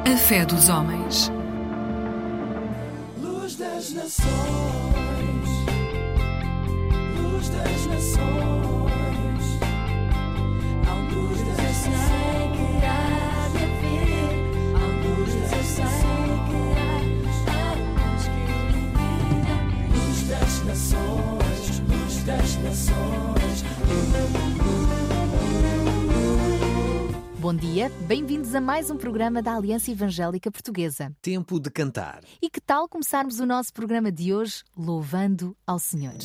A fé dos homens. Luz das nações, luz das nações, há luz das nações que há de haver, há luz das nações que há luz que ilumina, luz das nações, luz das nações. Bom dia, bem-vindos a mais um programa da Aliança Evangélica Portuguesa. Tempo de cantar. E que tal começarmos o nosso programa de hoje louvando ao Senhor?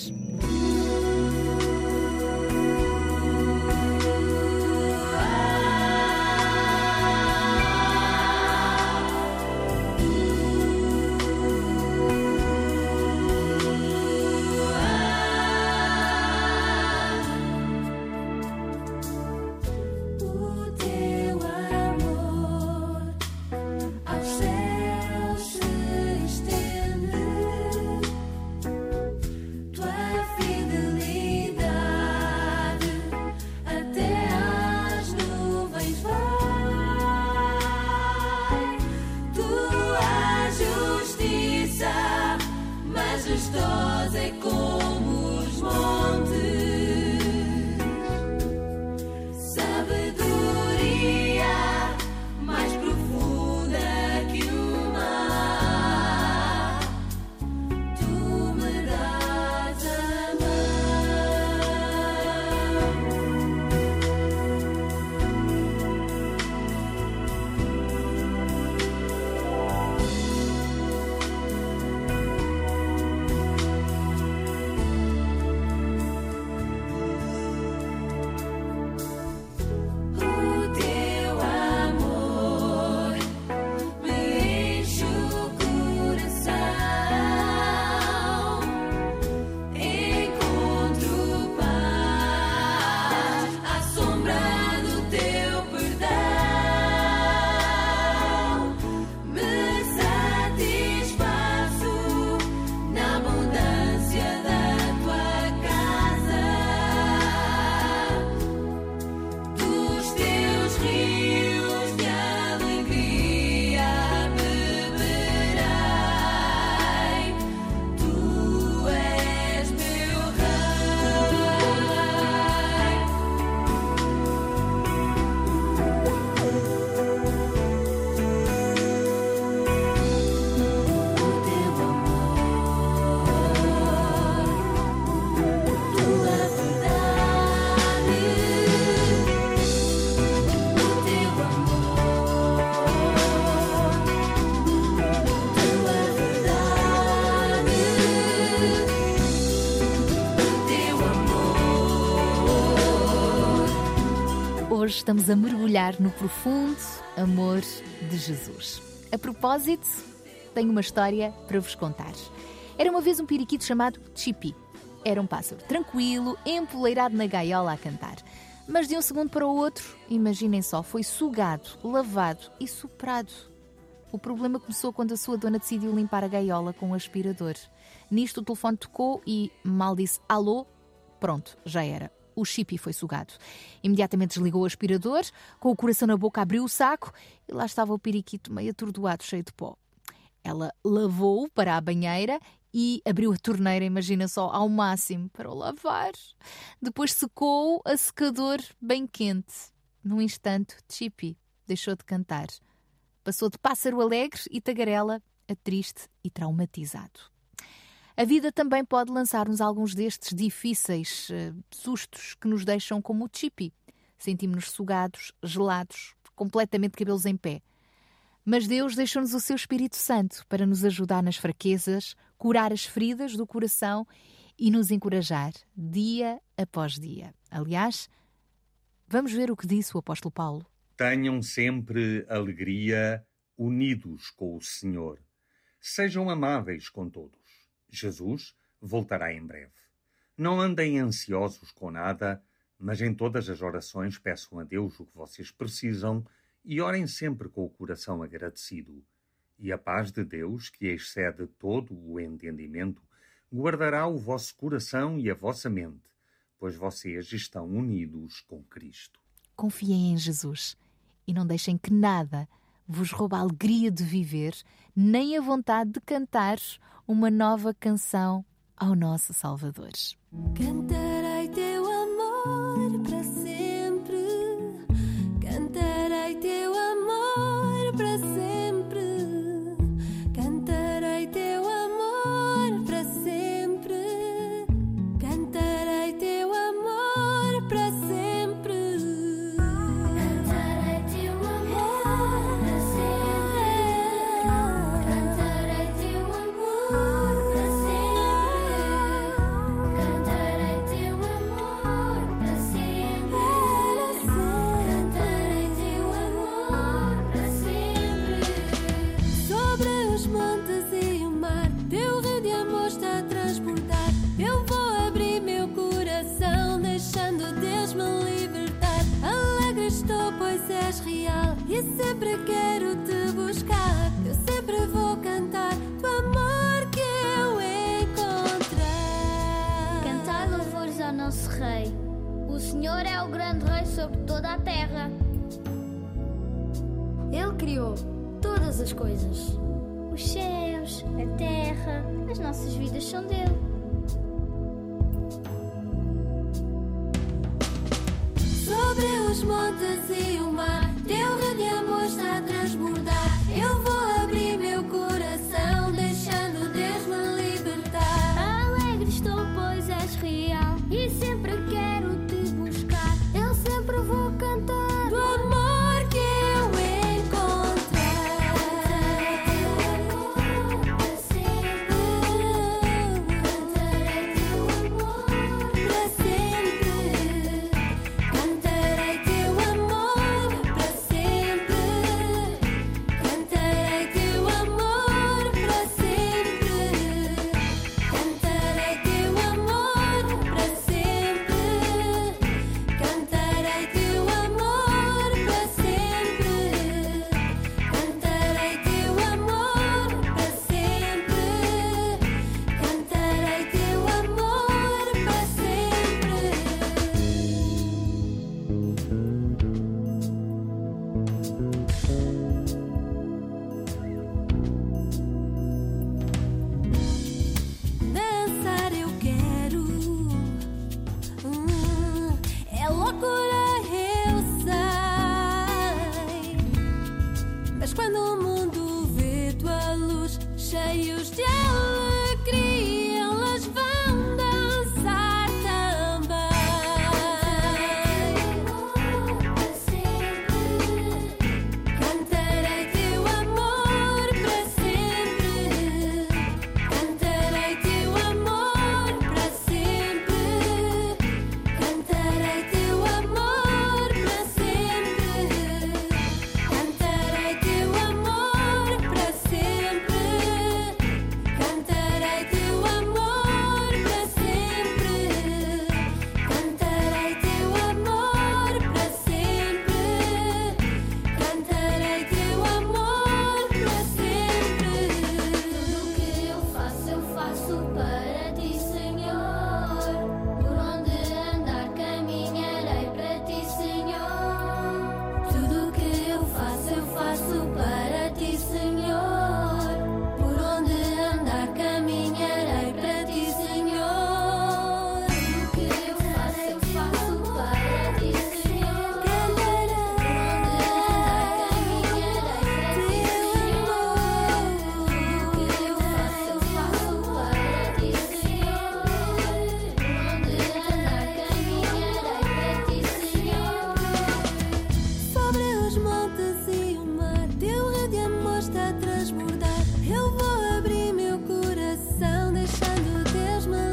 Majestosa é como os montes, sabedoria mais profunda que o mar, tu me dás a Hoje estamos a mergulhar no profundo amor de Jesus. A propósito, tenho uma história para vos contar. Era uma vez um periquito chamado Chippy. Era um pássaro tranquilo, empoleirado na gaiola a cantar. Mas de um segundo para o outro, imaginem só, foi sugado, lavado e soprado. O problema começou quando a sua dona decidiu limpar a gaiola com um aspirador. Nisto o telefone tocou e mal disse alô, pronto, já era. O Chippy foi sugado. Imediatamente desligou o aspirador, com o coração na boca abriu o saco e lá estava o periquito meio atordoado, cheio de pó. Ela lavou-o para a banheira e abriu a torneira, imagina só, ao máximo, para o lavar. Depois secou-o a secador bem quente. Num instante, Chippy deixou de cantar. Passou de pássaro alegre e tagarela a triste e traumatizado. A vida também pode lançar-nos alguns destes difíceis sustos que nos deixam como o Chippy. Sentimos-nos sugados, gelados, completamente cabelos em pé. Mas Deus deixou-nos o seu Espírito Santo para nos ajudar nas fraquezas, curar as feridas do coração e nos encorajar dia após dia. Aliás, vamos ver o que disse o apóstolo Paulo. Tenham sempre alegria, unidos com o Senhor. Sejam amáveis com todos. Jesus voltará em breve. Não andem ansiosos com nada, mas em todas as orações peçam a Deus o que vocês precisam e orem sempre com o coração agradecido. E a paz de Deus, que excede todo o entendimento, guardará o vosso coração e a vossa mente, pois vocês estão unidos com Cristo. Confiem em Jesus e não deixem que nada vos rouba a alegria de viver, nem a vontade de cantar uma nova canção ao nosso Salvador. Cantarei teu amor para sempre. Cantarei teu amor para sempre. Cantarei teu amor para sempre. Cantarei teu amor para sempre. Cantarei teu amor para sempre. Cantarei teu amor para sempre. Cantarei teu amor para sempre. Cantarei teu amor para sempre. Sobre os montes e o mar, teu rio de amor está a transbordar. Eu vou abrir meu coração, deixando Deus me libertar. Alegre estou, pois és real, e sempre quero te buscar. Eu sempre vou cantar do amor que eu encontrei. Cantai louvores ao nosso Rei. O Senhor é o grande Rei sobre toda a terra. Ele criou todas as coisas. Os céus, a terra, as nossas vidas são dele. Sobre os montes e o mar, teu rio de amor está a transbordar. Eu vou abrir meu coração, deixando Deus me libertar. Alegre estou, pois és real, e sempre quero te buscar. Eu sempre vou cantar Do amor que eu encontrei. para sempre. Cantarei teu amor para sempre. Cantarei teu amor para sempre. Cantarei teu amor para sempre. Cantarei teu amor para sempre. Cantarei teu amor para sempre. Cantarei teu amor para sempre. Cantarei teu amor para sempre. Dançar eu quero. É loucura, eu sei. Mas quando o mundo vê tua luz, cheios de alegria, elas vão dançar também. Cantarei teu amor para sempre. Cantarei teu amor para sempre. Cantarei teu amor para sempre. Cantarei teu amor para sempre. Cantarei teu amor para sempre. Cantarei teu amor para sempre. Cantarei teu amor para sempre. Tudo que eu faço para ti, Senhor. Por onde andar, caminharei para ti, Senhor. Tudo que eu faço para ti, Senhor. Por onde andar, caminharei para ti, Senhor. Tudo que eu faço para ti, Senhor. Cantarei sobre os montes e o mar, teu rio de amor está a transbordar. Eu vou abrir meu coração, deixando Deus me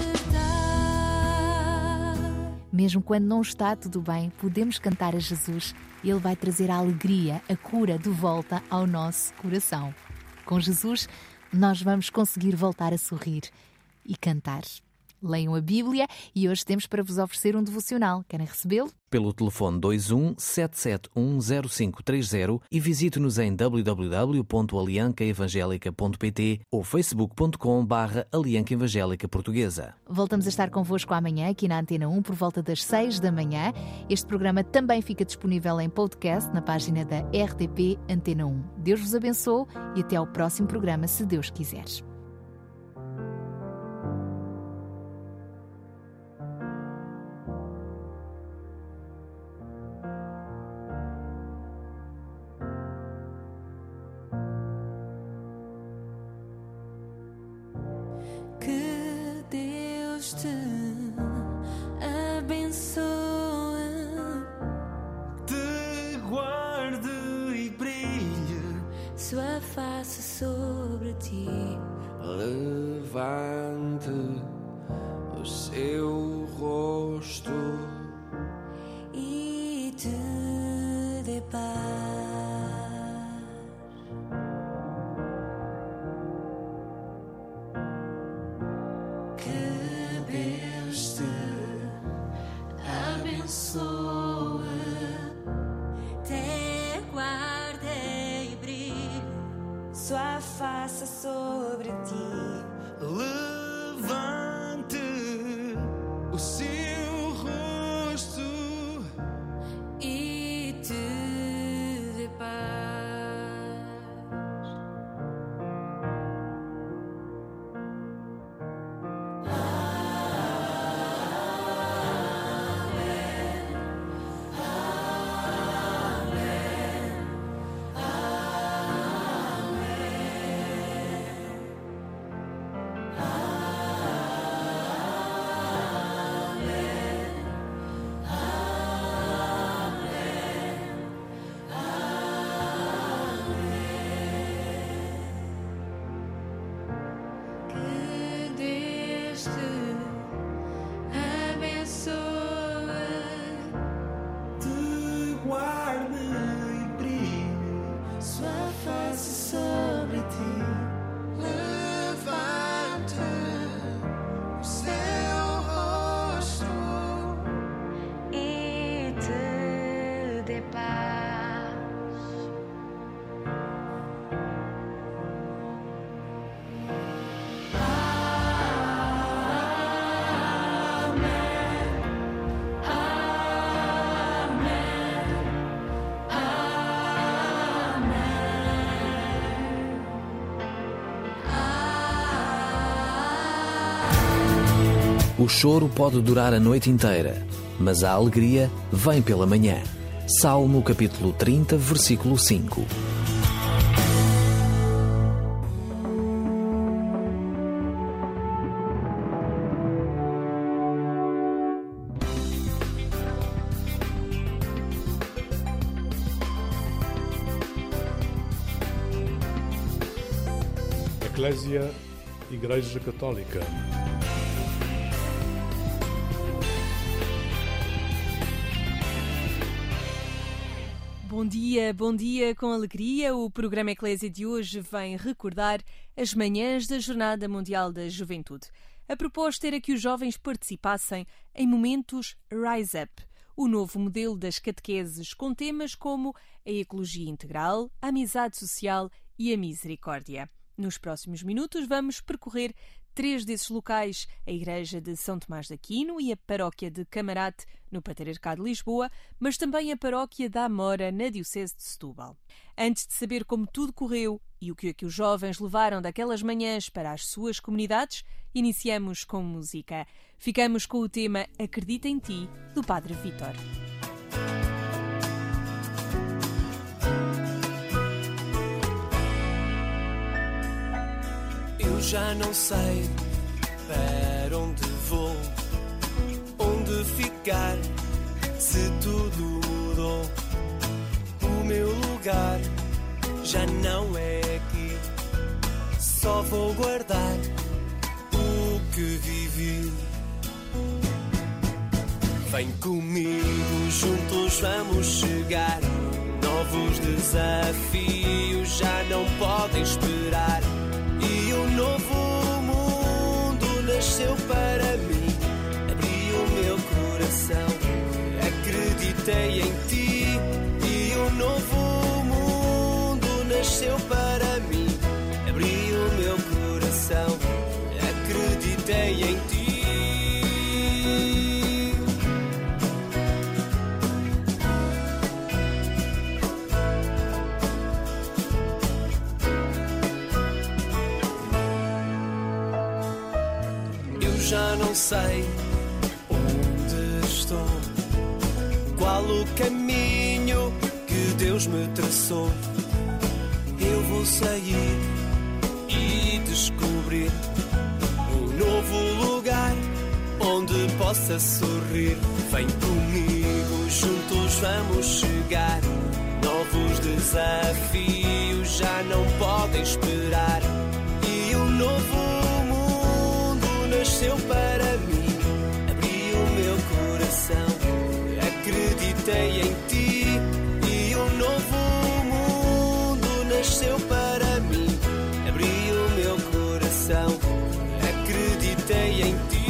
libertar. Mesmo quando não está tudo bem, podemos cantar a Jesus. Ele vai trazer a alegria, a cura de volta ao nosso coração. Com Jesus, nós vamos conseguir voltar a sorrir e cantar. Leiam a Bíblia e hoje temos para vos oferecer um devocional. Querem recebê-lo? Pelo telefone 21 771 0530 e visite-nos em www.aliancaevangelica.pt ou facebook.com/Alianca Evangélica Portuguesa. Voltamos a estar convosco amanhã aqui na Antena 1 por volta das 6 da manhã. Este programa também fica disponível em podcast na página da RTP Antena 1. Deus vos abençoe e até ao próximo programa, se Deus quiser. Que Deus te abençoe, te guarde e brilhe, sua face sobre ti, levante o seu rosto e te dê paz. Que Deus te abençoe, te guarde e brilhe, sua face sobre ti, levante o seu rosto e te dê paz. Que Deus te abençoe, te guarde e brilhe, sua face sobre ti, levante o seu rosto e te dê paz. O choro pode durar a noite inteira, mas a alegria vem pela manhã. Salmo capítulo 30, versículo 5. Eclésia, Igreja Católica. Bom dia com alegria. O programa Eclésia de hoje vem recordar as manhãs da Jornada Mundial da Juventude. A proposta era que os jovens participassem em momentos Rise Up, o novo modelo das catequeses com temas como a ecologia integral, a amizade social e a misericórdia. Nos próximos minutos vamos percorrer 3 desses locais, a Igreja de São Tomás de Aquino e a Paróquia de Camarate, no Patriarcado de Lisboa, mas também a Paróquia da Amora, na Diocese de Setúbal. Antes de saber como tudo correu e o que é que os jovens levaram daquelas manhãs para as suas comunidades, iniciamos com música. Ficamos com o tema Acredita em Ti, do Padre Vítor. Eu já não sei para onde vou, onde ficar, se tudo mudou. O meu lugar já não é aqui, só vou guardar o que vivi. Vem comigo, juntos vamos chegar. Novos desafios já não podem esperar. E um novo mundo nasceu para mim. acreditei em ti e um novo mundo nasceu para mim. Abri o meu coração, acreditei em ti. Eu já não sei onde estou, qual o caminho que Deus me traçou. Eu vou sair e descobrir um novo lugar onde possa sorrir. Vem comigo, juntos vamos chegar. Novos desafios já não podem esperar. E um novo mundo nasceu para mim. Abri o meu coração, acreditei em ti. E um novo mundo nasceu para mim. Abri o meu coração, acreditei em ti.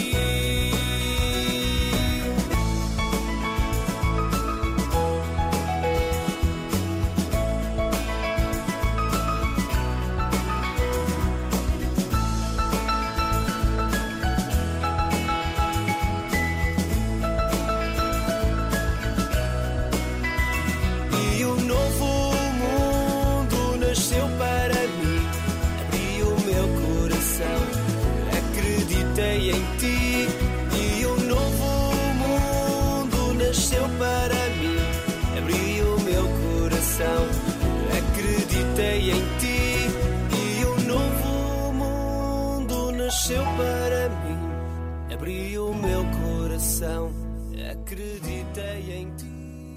E um novo mundo nasceu para mim. Abri o meu coração, acreditei em ti. E um novo mundo nasceu para mim. Abri o meu coração, acreditei em ti. E um novo mundo nasceu para mim. Abri o meu coração, acreditei em ti.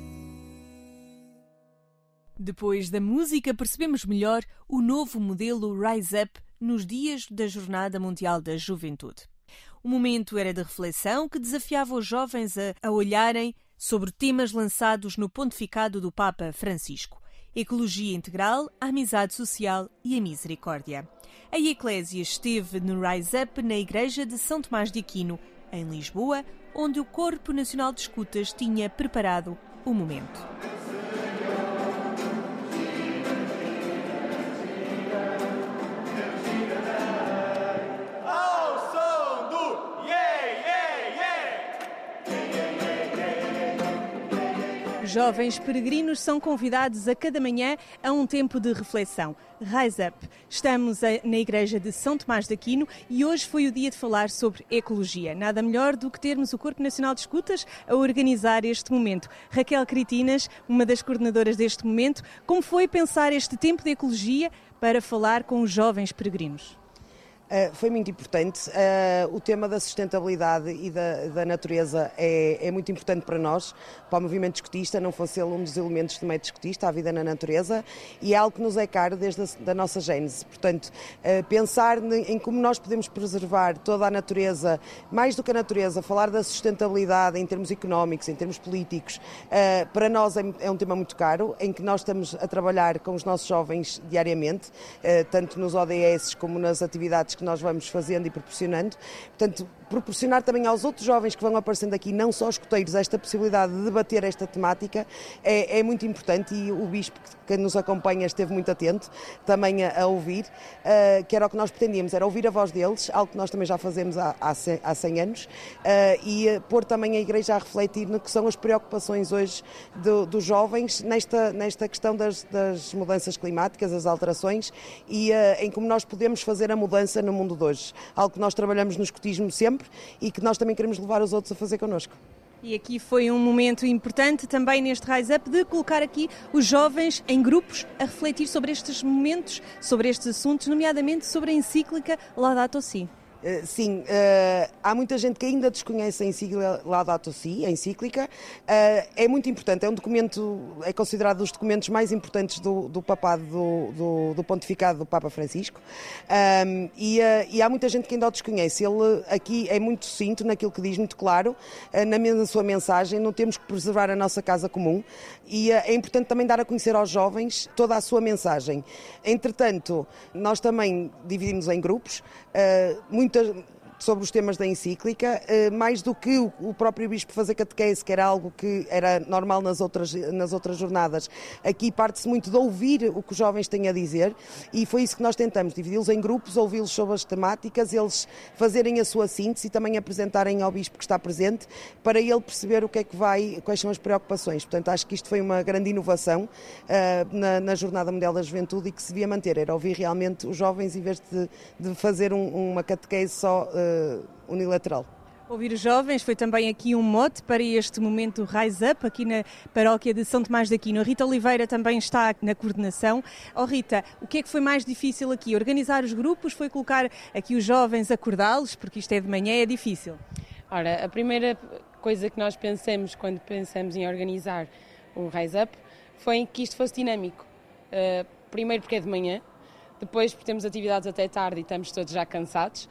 Depois da música, percebemos melhor o novo modelo Rise Up nos dias da Jornada Mundial da Juventude. O momento era de reflexão que desafiava os jovens a olharem sobre temas lançados no pontificado do Papa Francisco: ecologia integral, a amizade social e a misericórdia. A Eclésia esteve no Rise Up na Igreja de São Tomás de Aquino, em Lisboa, onde o Corpo Nacional de Escutas tinha preparado o momento. Jovens peregrinos são convidados a cada manhã a um tempo de reflexão. Rise Up. Estamos na Igreja de São Tomás de Aquino e hoje foi o dia de falar sobre ecologia. Nada melhor do que termos o Corpo Nacional de Escutas a organizar este momento. Raquel Critinas, uma das coordenadoras deste momento, como foi pensar este tempo de ecologia para falar com os jovens peregrinos? Foi muito importante. O tema da sustentabilidade e da natureza é muito importante para nós, para o movimento escutista, não fosse ele um dos elementos do método escutista, a vida na natureza, e é algo que nos é caro desde a nossa gênese. Portanto, pensar em como nós podemos preservar toda a natureza, mais do que a natureza, falar da sustentabilidade em termos económicos, em termos políticos, para nós é um tema muito caro, em que nós estamos a trabalhar com os nossos jovens diariamente, tanto nos ODS como nas atividades que nós vamos fazendo e proporcionando. Portanto, proporcionar também aos outros jovens que vão aparecendo aqui, não só escuteiros, esta possibilidade de debater esta temática é muito importante, e o Bispo que nos acompanha esteve muito atento também a ouvir, que era o que nós pretendíamos, era ouvir a voz deles, algo que nós também já fazemos há 100 anos, e pôr também a Igreja a refletir no que são as preocupações hoje dos jovens nesta questão das mudanças climáticas, das alterações, e em como nós podemos fazer a mudança no mundo de hoje. Algo que nós trabalhamos no escutismo sempre e que nós também queremos levar os outros a fazer connosco. E aqui foi um momento importante também neste Rise Up de colocar aqui os jovens em grupos a refletir sobre estes momentos, sobre estes assuntos, nomeadamente sobre a encíclica Laudato Si. Sim, há muita gente que ainda desconhece a encíclica Laudato Si, a encíclica. É muito importante, é um documento, é considerado um dos documentos mais importantes do papado, do pontificado do Papa Francisco, e há muita gente que ainda o desconhece. Ele aqui é muito sucinto naquilo que diz, muito claro, na sua mensagem. Não temos que preservar a nossa casa comum, e é importante também dar a conhecer aos jovens toda a sua mensagem. Entretanto, nós também dividimos em grupos, sobre os temas da encíclica, mais do que o próprio Bispo fazer catequese, que era algo que era normal nas outras jornadas. Aqui parte-se muito de ouvir o que os jovens têm a dizer, e foi isso que nós tentamos, dividi-los em grupos, ouvi-los sobre as temáticas, eles fazerem a sua síntese e também apresentarem ao Bispo que está presente, para ele perceber quais são as preocupações. Portanto, acho que isto foi uma grande inovação na Jornada Mundial da Juventude e que se devia manter, era ouvir realmente os jovens em vez de fazer uma catequese só unilateral. Ouvir os jovens foi também aqui um mote para este momento Rise Up, aqui na paróquia de São Tomás de Aquino. A Rita Oliveira também está na coordenação. Rita, o que é que foi mais difícil aqui? Organizar os grupos? Foi colocar aqui os jovens, acordá-los? Porque isto é de manhã, é difícil. Ora, a primeira coisa que nós pensamos quando pensamos em organizar o Rise Up foi que isto fosse dinâmico. Primeiro porque é de manhã, depois porque temos atividades até tarde e estamos todos já cansados.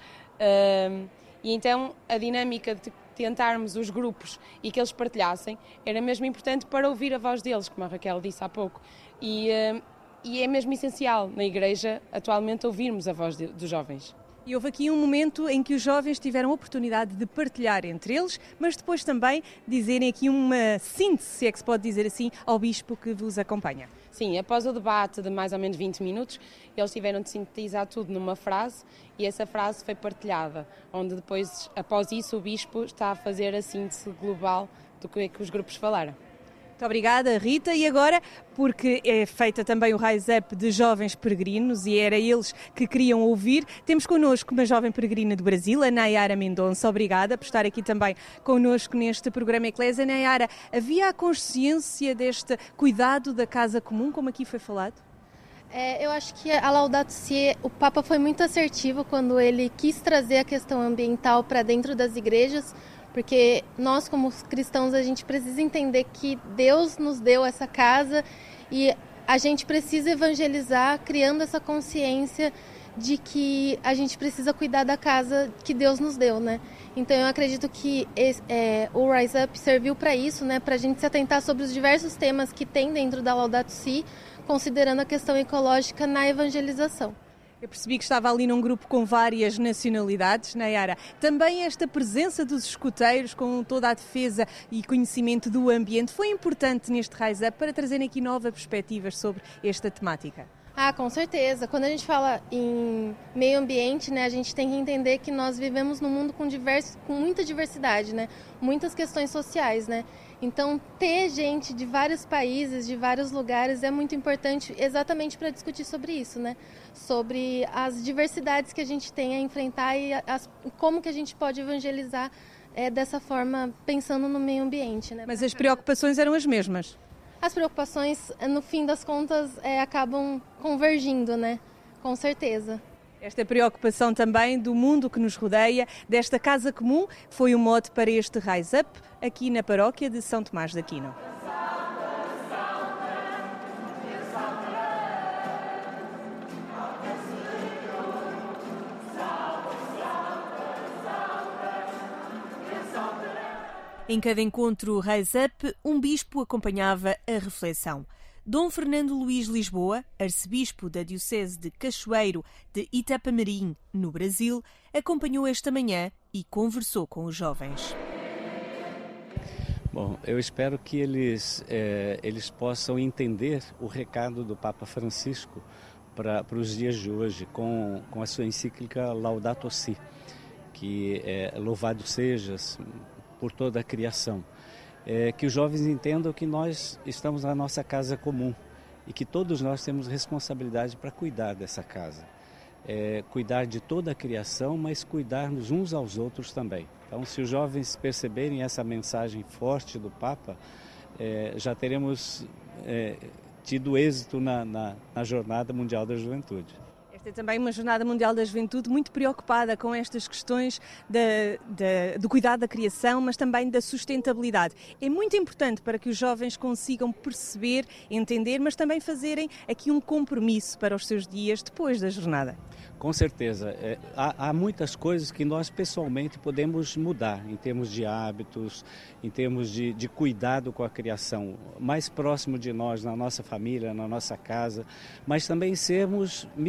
E então a dinâmica de tentarmos os grupos e que eles partilhassem era mesmo importante para ouvir a voz deles, como a Raquel disse há pouco. E é mesmo essencial na Igreja atualmente ouvirmos a voz dos jovens. E houve aqui um momento em que os jovens tiveram a oportunidade de partilhar entre eles, mas depois também dizerem aqui uma síntese, se é que se pode dizer assim, ao Bispo que vos acompanha. Sim, após o debate de mais ou menos 20 minutos, eles tiveram de sintetizar tudo numa frase e essa frase foi partilhada, onde depois, após isso, o Bispo está a fazer a síntese global do que é que os grupos falaram. Muito obrigada, Rita. E agora, porque é feita também o Rise Up de jovens peregrinos e era eles que queriam ouvir, temos connosco uma jovem peregrina do Brasil, a Nayara Mendonça. Obrigada por estar aqui também connosco neste programa Eclésia. Nayara, havia a consciência deste cuidado da casa comum, como aqui foi falado? Eu acho que a Laudato Si, o Papa foi muito assertivo quando ele quis trazer a questão ambiental para dentro das igrejas, porque nós, como cristãos, a gente precisa entender que Deus nos deu essa casa e a gente precisa evangelizar, criando essa consciência de que a gente precisa cuidar da casa que Deus nos deu, né? Então eu acredito que o Rise Up serviu para isso, né? Para a gente se atentar sobre os diversos temas que tem dentro da Laudato Si, considerando a questão ecológica na evangelização. Eu percebi que estava ali num grupo com várias nacionalidades, Nayara. Também esta presença dos escuteiros com toda a defesa e conhecimento do ambiente foi importante neste Rise Up para trazerem aqui novas perspectivas sobre esta temática. Com certeza. Quando a gente fala em meio ambiente, né, a gente tem que entender que nós vivemos num mundo com muita diversidade, né? Muitas questões sociais, né? Então, ter gente de vários países, de vários lugares, é muito importante exatamente para discutir sobre isso, né? Sobre as diversidades que a gente tem a enfrentar e como que a gente pode evangelizar dessa forma, pensando no meio ambiente, né? Mas as preocupações eram as mesmas? As preocupações, no fim das contas, acabam convergindo, né? Com certeza. Esta preocupação também do mundo que nos rodeia, desta casa comum, foi o mote para este Rise Up, aqui na paróquia de São Tomás de Aquino. Em cada encontro Rise Up, um bispo acompanhava a reflexão. Dom Fernando Luís Lisboa, arcebispo da Diocese de Cachoeiro de Itapemirim, no Brasil, acompanhou esta manhã e conversou com os jovens. Bom, eu espero que eles possam entender o recado do Papa Francisco para os dias de hoje, com a sua encíclica Laudato Si, que é louvado sejas por toda a criação. Que os jovens entendam que nós estamos na nossa casa comum e que todos nós temos responsabilidade para cuidar dessa casa. Cuidar de toda a criação, mas cuidarmos uns aos outros também. Então, se os jovens perceberem essa mensagem forte do Papa, já teremos tido êxito na Jornada Mundial da Juventude. Esta é também uma Jornada Mundial da Juventude muito preocupada com estas questões do cuidado da criação, mas também da sustentabilidade. É muito importante para que os jovens consigam perceber, entender, mas também fazerem aqui um compromisso para os seus dias depois da jornada. Com certeza. Há muitas coisas que nós pessoalmente podemos mudar em termos de hábitos, em termos de cuidado com a criação, mais próximo de nós, na nossa família, na nossa casa, mas também sermos missionários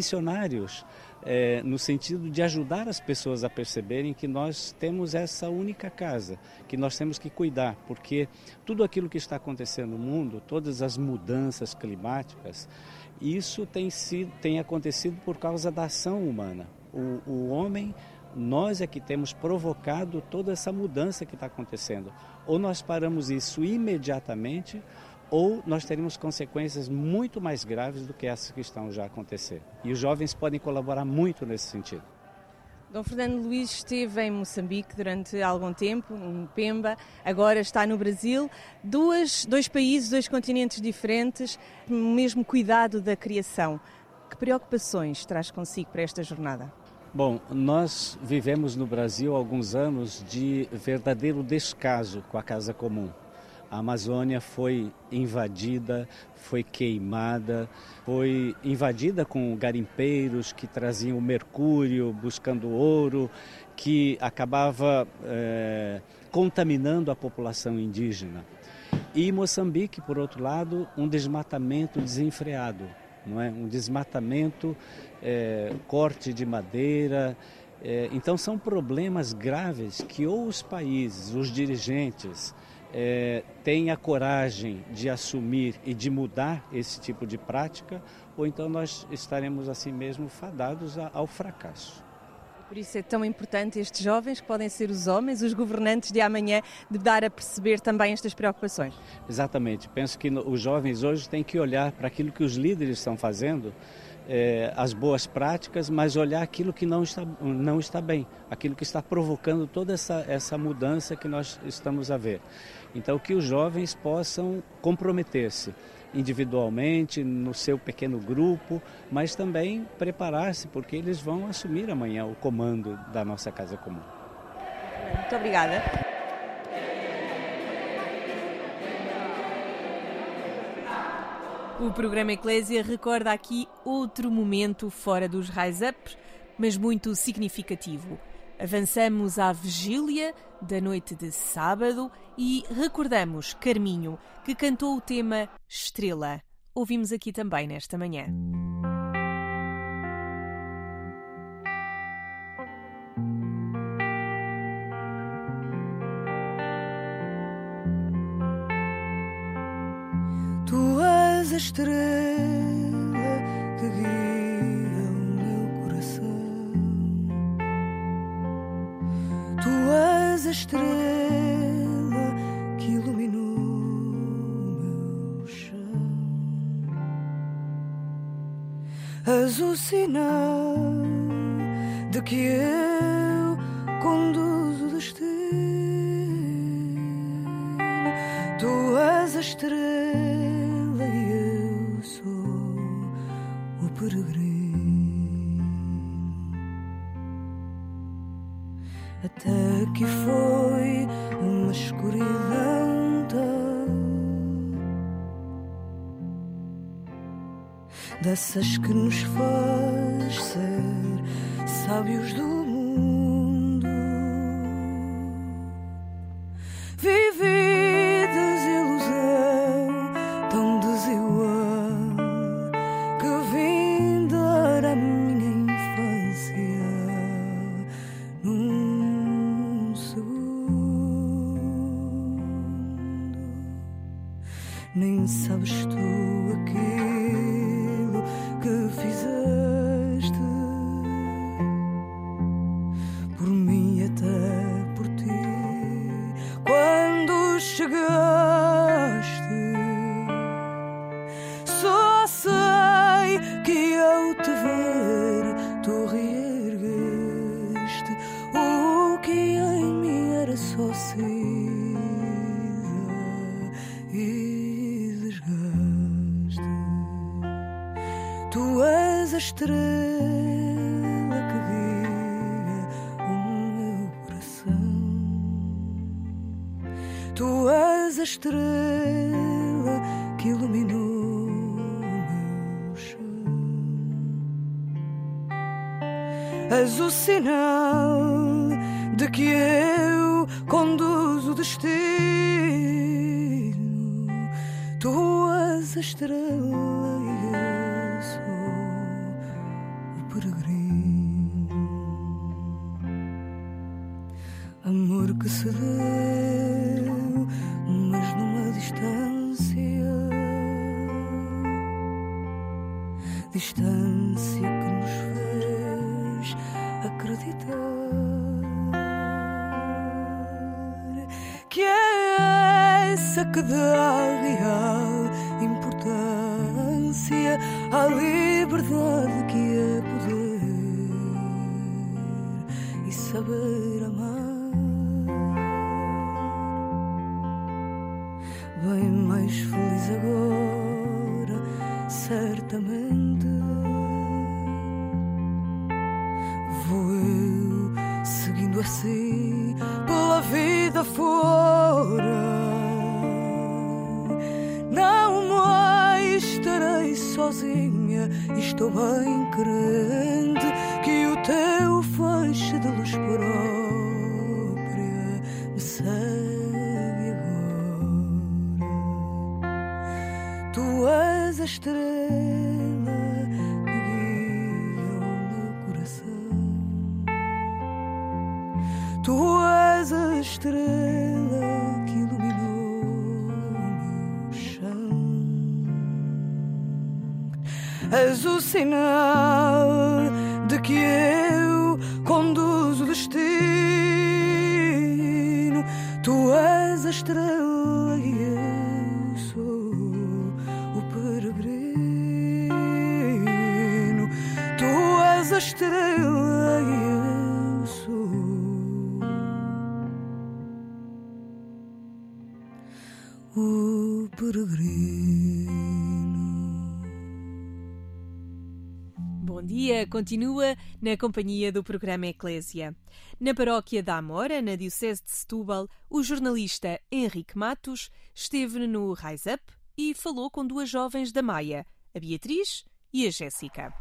missionários no sentido de ajudar as pessoas a perceberem que nós temos essa única casa, que nós temos que cuidar, porque tudo aquilo que está acontecendo no mundo, todas as mudanças climáticas, isso tem acontecido por causa da ação humana. O homem, nós é que temos provocado toda essa mudança que está acontecendo. Ou nós paramos isso imediatamente, ou nós teremos consequências muito mais graves do que essas que estão já acontecendo. E os jovens podem colaborar muito nesse sentido. Dom Fernando Luís esteve em Moçambique durante algum tempo, em Pemba, agora está no Brasil. Dois países, dois continentes diferentes, o mesmo cuidado da criação. Que preocupações traz consigo para esta jornada? Bom, nós vivemos no Brasil há alguns anos de verdadeiro descaso com a casa comum. A Amazônia foi invadida, foi queimada, foi invadida com garimpeiros que traziam mercúrio, buscando ouro, que acabava contaminando a população indígena. E Moçambique, por outro lado, um desmatamento desenfreado, não é? Um desmatamento, corte de madeira. Então são problemas graves que ou os países, os dirigentes, tem a coragem de assumir e de mudar esse tipo de prática, ou então nós estaremos assim mesmo fadados ao fracasso. Por isso é tão importante estes jovens, que podem ser os homens, os governantes de amanhã, de dar a perceber também estas preocupações. Exatamente. Penso que os jovens hoje têm que olhar para aquilo que os líderes estão fazendo, as boas práticas, mas olhar aquilo que não está bem, aquilo que está provocando toda essa mudança que nós estamos a ver. Então, que os jovens possam comprometer-se individualmente, no seu pequeno grupo, mas também preparar-se, porque eles vão assumir amanhã o comando da nossa casa comum. Muito obrigada. O programa Eclésia recorda aqui outro momento fora dos Rise Up, mas muito significativo. Avançamos à vigília da noite de sábado e recordamos Carminho, que cantou o tema Estrela. Ouvimos aqui também nesta manhã. Tu és a estrela que guia o meu coração. Tu és a estrela que iluminou o meu chão. És o sinal de que eu conduzo o destino. Tu és a estrela e eu sou o peregrino. Até que foi uma escuridão tal, dessas que nos faz ser sábios do mundo. Vivi desilusão tão desigual que vim dar a minha infância num segundo. Nem sabes tu aquilo que fizeste por mim e até por ti. Quando chegaste, só sei que ao te ver tu reergueste o que em mim era só cinza e desgaste. Tu és a estrela que guia o meu coração. Tu és a estrela que iluminou o meu chão. És o sinal de que eu conduzo o destino. Tu és a estrela e eu sou o peregrino, amor que se deu, mas numa distância, distância que nos fez acreditar que é essa que dá real importância à liberdade que é poder e saber amar. Bem mais feliz agora, certamente, vou eu seguindo assim pela vida fora. Não mais estarei sozinha e estou bem crente que o teu feixe de luz própria me segue agora. Tu és a estrela que guia o meu coração. Tu és a estrela que iluminou o meu chão. És o sinal de que eu conduzo o destino. Tu és a estrela e eu sou o peregrino. Tu és a estrela e eu sou o peregrino. Bom dia, continua na companhia do programa Eclésia. Na paróquia da Amora, na diocese de Setúbal, o jornalista Henrique Matos esteve no Rise Up e falou com duas jovens da Maia, a Beatriz e a Jéssica.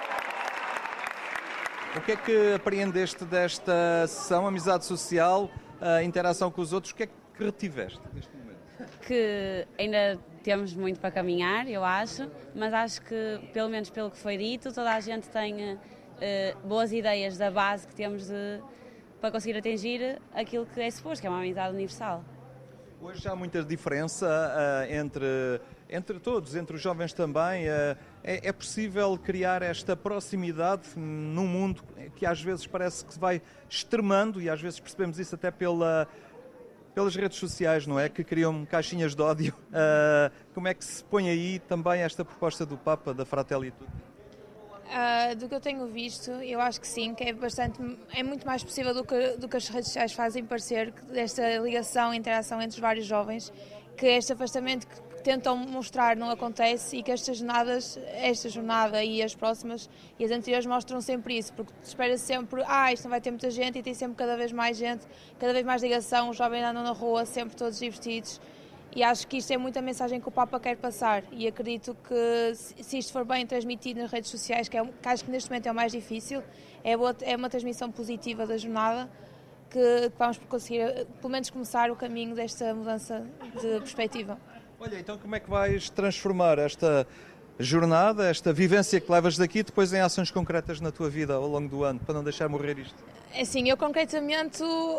O que é que apreendeste desta sessão, amizade social, a interação com os outros? O que é que retiveste deste momento? Que ainda temos muito para caminhar, eu acho, mas acho que, pelo menos pelo que foi dito, toda a gente tem boas ideias da base que temos para conseguir atingir aquilo que é suposto, que é uma amizade universal. Hoje há muita diferença entre todos, entre os jovens também. É possível criar esta proximidade num mundo que às vezes parece que se vai extremando, e às vezes percebemos isso até pelas redes sociais, não é? Que criam caixinhas de ódio. Como é que se põe aí também esta proposta do Papa, da Fratelitude? Do que eu tenho visto, eu acho que sim, que é muito mais possível do que as redes sociais fazem parecer, desta ligação e interação entre os vários jovens, que este afastamento que tentam mostrar não acontece, e que esta jornada e as próximas e as anteriores mostram sempre isso, porque espera-se sempre, isto não vai ter muita gente, e tem sempre cada vez mais gente, cada vez mais ligação, os jovens andam na rua sempre todos divertidos, e acho que isto é muita mensagem que o Papa quer passar, e acredito que se isto for bem transmitido nas redes sociais, que acho que neste momento é o mais difícil, é uma transmissão positiva da jornada, que vamos conseguir pelo menos começar o caminho desta mudança de perspectiva. Olha, então como é que vais transformar esta jornada, esta vivência que levas daqui, depois em ações concretas na tua vida ao longo do ano, para não deixar morrer isto? Assim, eu concretamente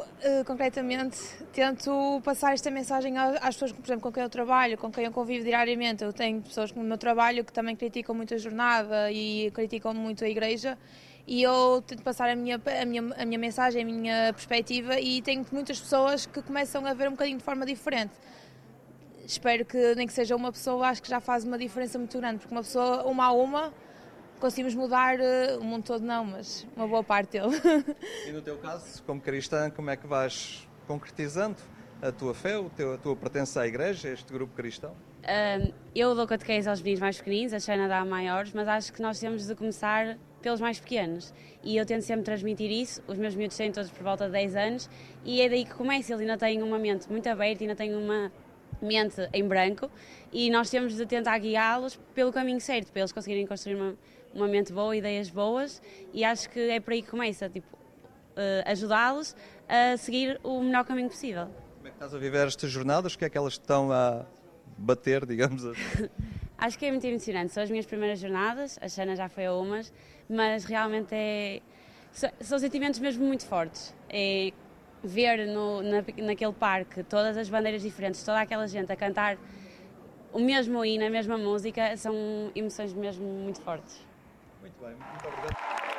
tento passar esta mensagem às pessoas, por exemplo, com quem eu trabalho, com quem eu convivo diariamente. Eu tenho pessoas no meu trabalho que também criticam muito a jornada e criticam muito a Igreja, e eu tento passar a minha mensagem, a minha perspectiva, e tenho muitas pessoas que começam a ver um bocadinho de forma diferente. Espero que nem que seja uma pessoa, acho que já faz uma diferença muito grande, porque uma pessoa, uma a uma, conseguimos mudar o mundo todo, não, mas uma boa parte dele. E no teu caso, como cristã, como é que vais concretizando a tua fé, a tua pertença à Igreja, a este grupo cristão? Eu dou catequese aos meninos mais pequeninos, a Xana dá a maiores, mas acho que nós temos de começar pelos mais pequenos, e eu tento sempre transmitir isso. Os meus miúdos têm todos por volta de 10 anos, e é daí que começa. Eles ainda têm uma mente muito aberta, ainda têm uma mente em branco, e nós temos de tentar guiá-los pelo caminho certo, para eles conseguirem construir uma mente boa, ideias boas, e acho que é por aí que começa, ajudá-los a seguir o melhor caminho possível. Como é que estás a viver estas jornadas? O que é que elas estão a bater, digamos assim? Acho que é muito emocionante. São as minhas primeiras jornadas, a Xana já foi a umas, mas realmente são sentimentos mesmo muito fortes. É ver naquele parque todas as bandeiras diferentes, toda aquela gente a cantar o mesmo hino, a mesma música, são emoções mesmo muito fortes. Muito bem, muito obrigado.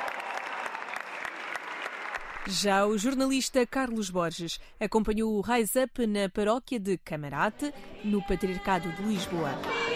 Já o jornalista Carlos Borges acompanhou o Rise Up na paróquia de Camarate, no Patriarcado de Lisboa.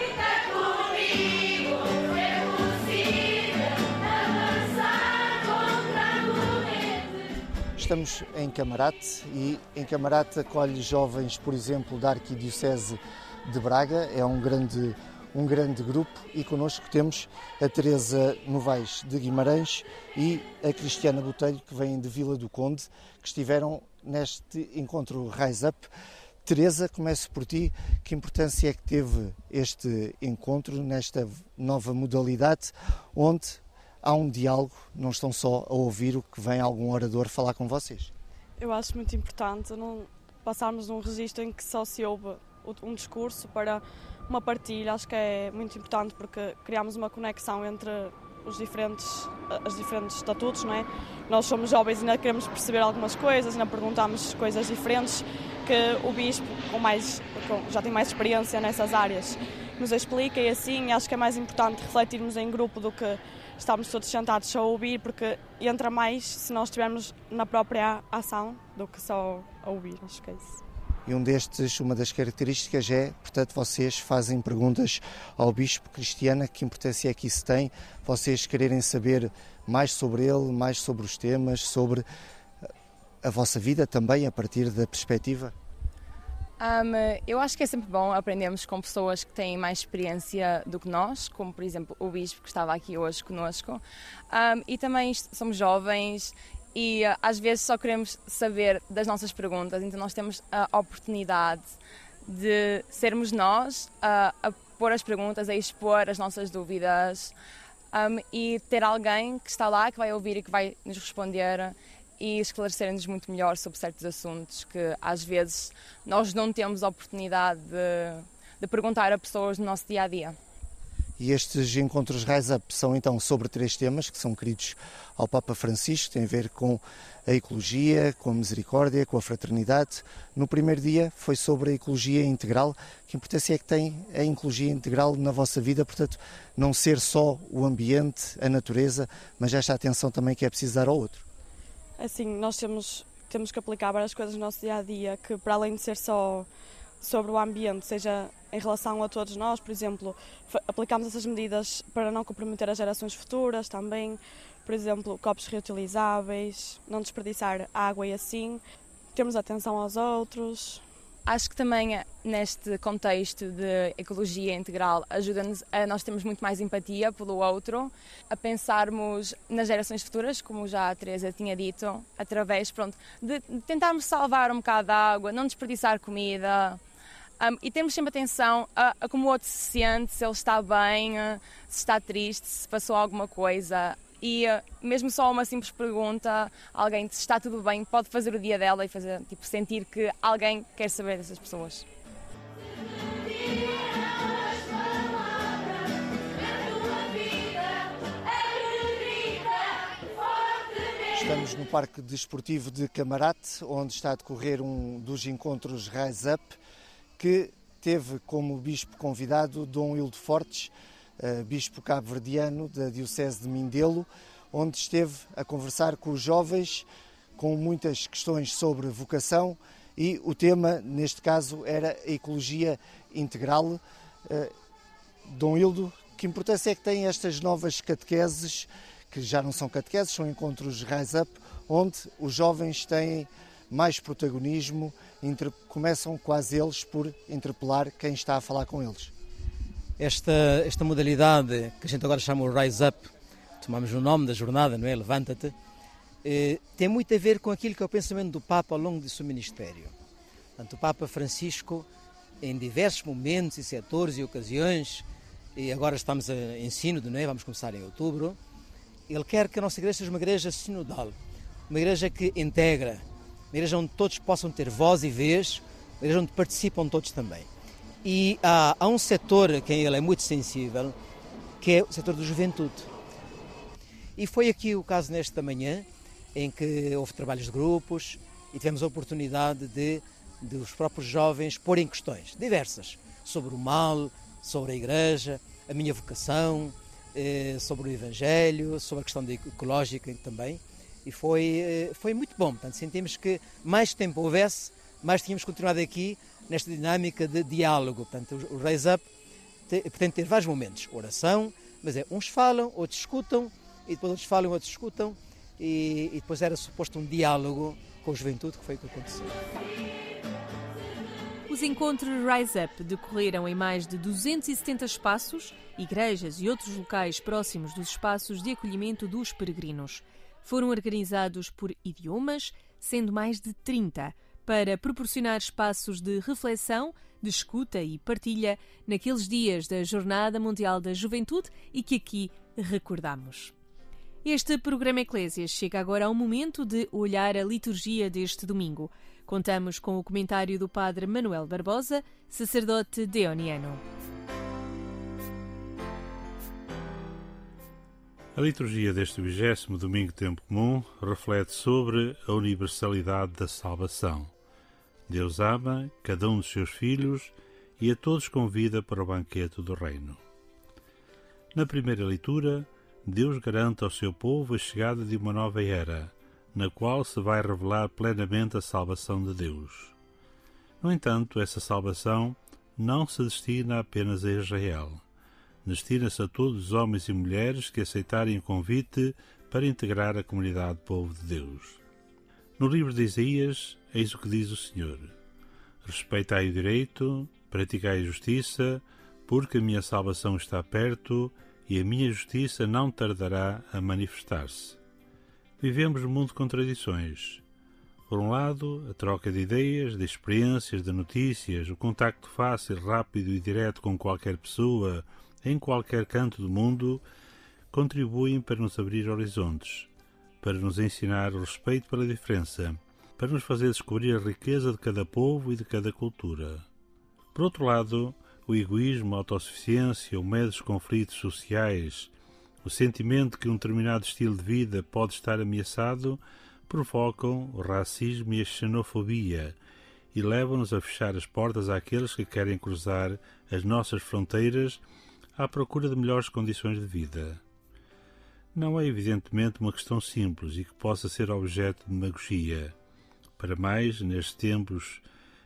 Estamos em Camarate e em Camarate acolhe jovens, por exemplo, da Arquidiocese de Braga, é um grande grupo, e connosco temos a Teresa Novaes de Guimarães e a Cristiana Botelho, que vêm de Vila do Conde, que estiveram neste encontro Rise Up. Teresa, começo por ti. Que importância é que teve este encontro nesta nova modalidade, onde há um diálogo, não estão só a ouvir o que vem algum orador falar com vocês? Eu acho muito importante não passarmos num registro em que só se ouve um discurso para uma partilha. Acho que é muito importante porque criamos uma conexão entre os diferentes estatutos, não é? Nós somos jovens e ainda queremos perceber algumas coisas, ainda perguntamos coisas diferentes que o Bispo, já tem mais experiência nessas áreas, nos explica, e assim acho que é mais importante refletirmos em grupo do que estarmos todos sentados só a ouvir, porque entra mais se nós estivermos na própria ação do que só a ouvir. Acho que é isso. E uma das características é, portanto, vocês fazem perguntas ao Bispo. Cristiana, que importância é que isso tem? Vocês quererem saber mais sobre ele, mais sobre os temas, sobre a vossa vida também, a partir da perspectiva? Eu acho que é sempre bom aprendermos com pessoas que têm mais experiência do que nós, como por exemplo o Bispo, que estava aqui hoje conosco, e também somos jovens e às vezes só queremos saber das nossas perguntas, então nós temos a oportunidade de sermos nós a pôr as perguntas, a expor as nossas dúvidas, e ter alguém que está lá, que vai ouvir e que vai nos responder e esclarecer-nos muito melhor sobre certos assuntos que às vezes nós não temos a oportunidade de perguntar a pessoas no nosso dia-a-dia. E estes encontros Rise Up são então sobre 3 temas que são queridos ao Papa Francisco, têm a ver com a ecologia, com a misericórdia, com a fraternidade. No primeiro dia foi sobre a ecologia integral. Que importância é que tem a ecologia integral na vossa vida? Portanto, não ser só o ambiente, a natureza, mas esta atenção também que é preciso dar ao outro. Assim, nós temos que aplicar várias coisas no nosso dia-a-dia, que para além de ser só sobre o ambiente, seja em relação a todos nós, por exemplo, aplicamos essas medidas para não comprometer as gerações futuras também, por exemplo, copos reutilizáveis, não desperdiçar água e assim, termos atenção aos outros. Acho que também neste contexto de ecologia integral ajuda-nos a nós termos muito mais empatia pelo outro, a pensarmos nas gerações futuras, como já a Teresa tinha dito, através de tentarmos salvar um bocado de água, não desperdiçar comida, e termos sempre atenção a como o outro se sente, se ele está bem, se está triste, se passou alguma coisa. E mesmo só uma simples pergunta, alguém se está tudo bem, pode fazer o dia dela e fazer sentir que alguém quer saber dessas pessoas. Estamos no Parque Desportivo de Camarate, onde está a decorrer um dos encontros Rise Up, que teve como bispo convidado Dom Hildo Fortes, bispo cabo-verdiano da Diocese de Mindelo, onde esteve a conversar com os jovens com muitas questões sobre vocação, e o tema, neste caso, era a ecologia integral. Dom Hildo, que importância é que têm estas novas catequeses, que já não são catequeses, são encontros Rise Up, onde os jovens têm mais protagonismo, começam quase eles por interpelar quem está a falar com eles? Esta modalidade que a gente agora chama o Rise Up, tomamos o nome da jornada, não é? Levanta-te, tem muito a ver com aquilo que é o pensamento do Papa ao longo do seu ministério. Portanto, o Papa Francisco, em diversos momentos e setores e ocasiões, e agora estamos em sínodo, não é? Vamos começar em outubro, ele quer que a nossa igreja seja uma igreja sinodal, uma igreja que integra, uma igreja onde todos possam ter voz e vez, uma igreja onde participam todos também. E há um setor a quem ele é muito sensível, que é o setor da juventude. E foi aqui o caso nesta manhã, em que houve trabalhos de grupos e tivemos a oportunidade de os próprios jovens porem questões diversas sobre o mal, sobre a Igreja, a minha vocação, sobre o Evangelho, sobre a questão ecológica também. E foi muito bom. Portanto, sentimos que mais tempo houvesse, mais tínhamos continuado aqui nesta dinâmica de diálogo. Portanto, o Rise Up pretende ter vários momentos. Oração, mas uns falam, outros escutam, e depois outros falam, outros escutam, e depois era suposto um diálogo com a juventude, que foi o que aconteceu. Os encontros Rise Up decorreram em mais de 270 espaços, igrejas e outros locais próximos dos espaços de acolhimento dos peregrinos. Foram organizados por idiomas, sendo mais de 30, para proporcionar espaços de reflexão, de escuta e partilha naqueles dias da Jornada Mundial da Juventude e que aqui recordamos. Este programa Eclésias chega agora ao momento de olhar a liturgia deste domingo. Contamos com o comentário do Padre Manuel Barbosa, sacerdote deoniano. A liturgia deste 20º domingo de tempo comum reflete sobre a universalidade da salvação. Deus ama cada um dos seus filhos e a todos convida para o banquete do reino. Na primeira leitura, Deus garante ao seu povo a chegada de uma nova era, na qual se vai revelar plenamente a salvação de Deus. No entanto, essa salvação não se destina apenas a Israel. Destina-se a todos os homens e mulheres que aceitarem o convite para integrar a comunidade do povo de Deus. No livro de Isaías, eis o que diz o Senhor: respeitai o direito, praticai a justiça, porque a minha salvação está perto e a minha justiça não tardará a manifestar-se. Vivemos num mundo de contradições. Por um lado, a troca de ideias, de experiências, de notícias, o contacto fácil, rápido e direto com qualquer pessoa, em qualquer canto do mundo, contribuem para nos abrir horizontes, para nos ensinar o respeito pela diferença, para nos fazer descobrir a riqueza de cada povo e de cada cultura. Por outro lado, o egoísmo, a autossuficiência, o medo dos conflitos sociais, o sentimento que um determinado estilo de vida pode estar ameaçado, provocam o racismo e a xenofobia e levam-nos a fechar as portas àqueles que querem cruzar as nossas fronteiras à procura de melhores condições de vida. Não é evidentemente uma questão simples e que possa ser objeto de demagogia, para mais nestes tempos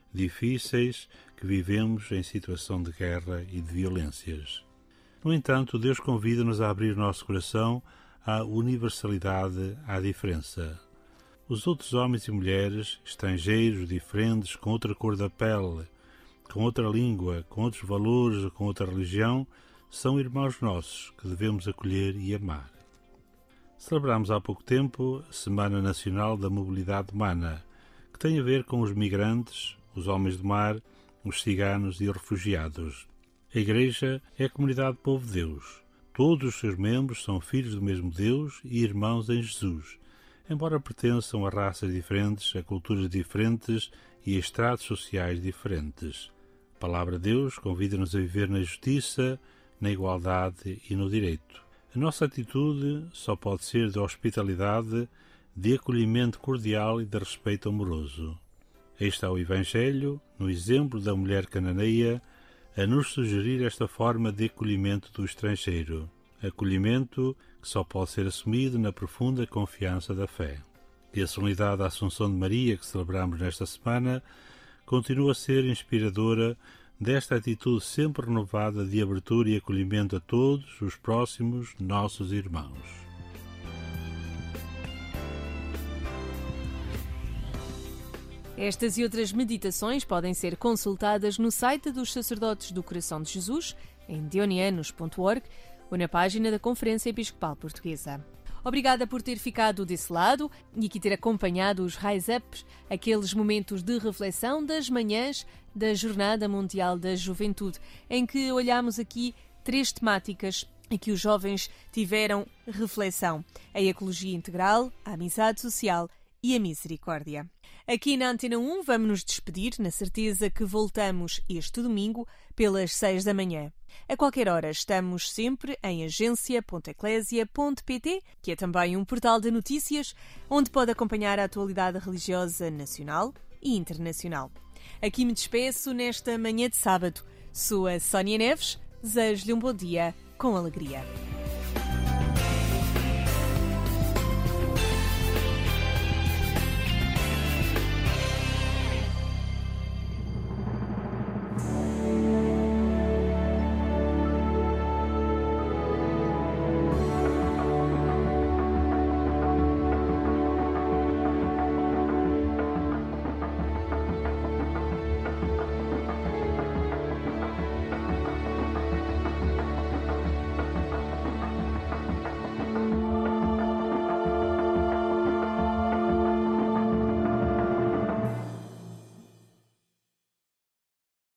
difíceis que vivemos em situação de guerra e de violências. No entanto, Deus convida-nos a abrir o nosso coração à universalidade, à diferença. Os outros homens e mulheres, estrangeiros, diferentes, com outra cor da pele, com outra língua, com outros valores, com outra religião, são irmãos nossos que devemos acolher e amar. Celebramos há pouco tempo a Semana Nacional da Mobilidade Humana, que tem a ver com os migrantes, os homens do mar, os ciganos e os refugiados. A Igreja é a comunidade do povo de Deus. Todos os seus membros são filhos do mesmo Deus e irmãos em Jesus, embora pertençam a raças diferentes, a culturas diferentes e a estratos sociais diferentes. A Palavra de Deus convida-nos a viver na justiça, na igualdade e no direito. A nossa atitude só pode ser de hospitalidade, de acolhimento cordial e de respeito amoroso. Aí está o Evangelho, no exemplo da mulher cananeia, a nos sugerir esta forma de acolhimento do estrangeiro. Acolhimento que só pode ser assumido na profunda confiança da fé. E a solenidade da Assunção de Maria, que celebramos nesta semana, continua a ser inspiradora desta atitude sempre renovada de abertura e acolhimento a todos os próximos nossos irmãos. Estas e outras meditações podem ser consultadas no site dos Sacerdotes do Coração de Jesus, em deonianos.org, ou na página da Conferência Episcopal Portuguesa. Obrigada por ter ficado desse lado e aqui ter acompanhado os Rise Ups, aqueles momentos de reflexão das manhãs da Jornada Mundial da Juventude, em que olhamos aqui 3 temáticas em que os jovens tiveram reflexão: a ecologia integral, a amizade social e a misericórdia. Aqui na Antena 1 vamos nos despedir na certeza que voltamos este domingo pelas 6 da manhã. A qualquer hora estamos sempre em agência.eclésia.pt, que é também um portal de notícias onde pode acompanhar a atualidade religiosa nacional e internacional. Aqui me despeço nesta manhã de sábado. Sou a Sónia Neves, desejo-lhe um bom dia com alegria.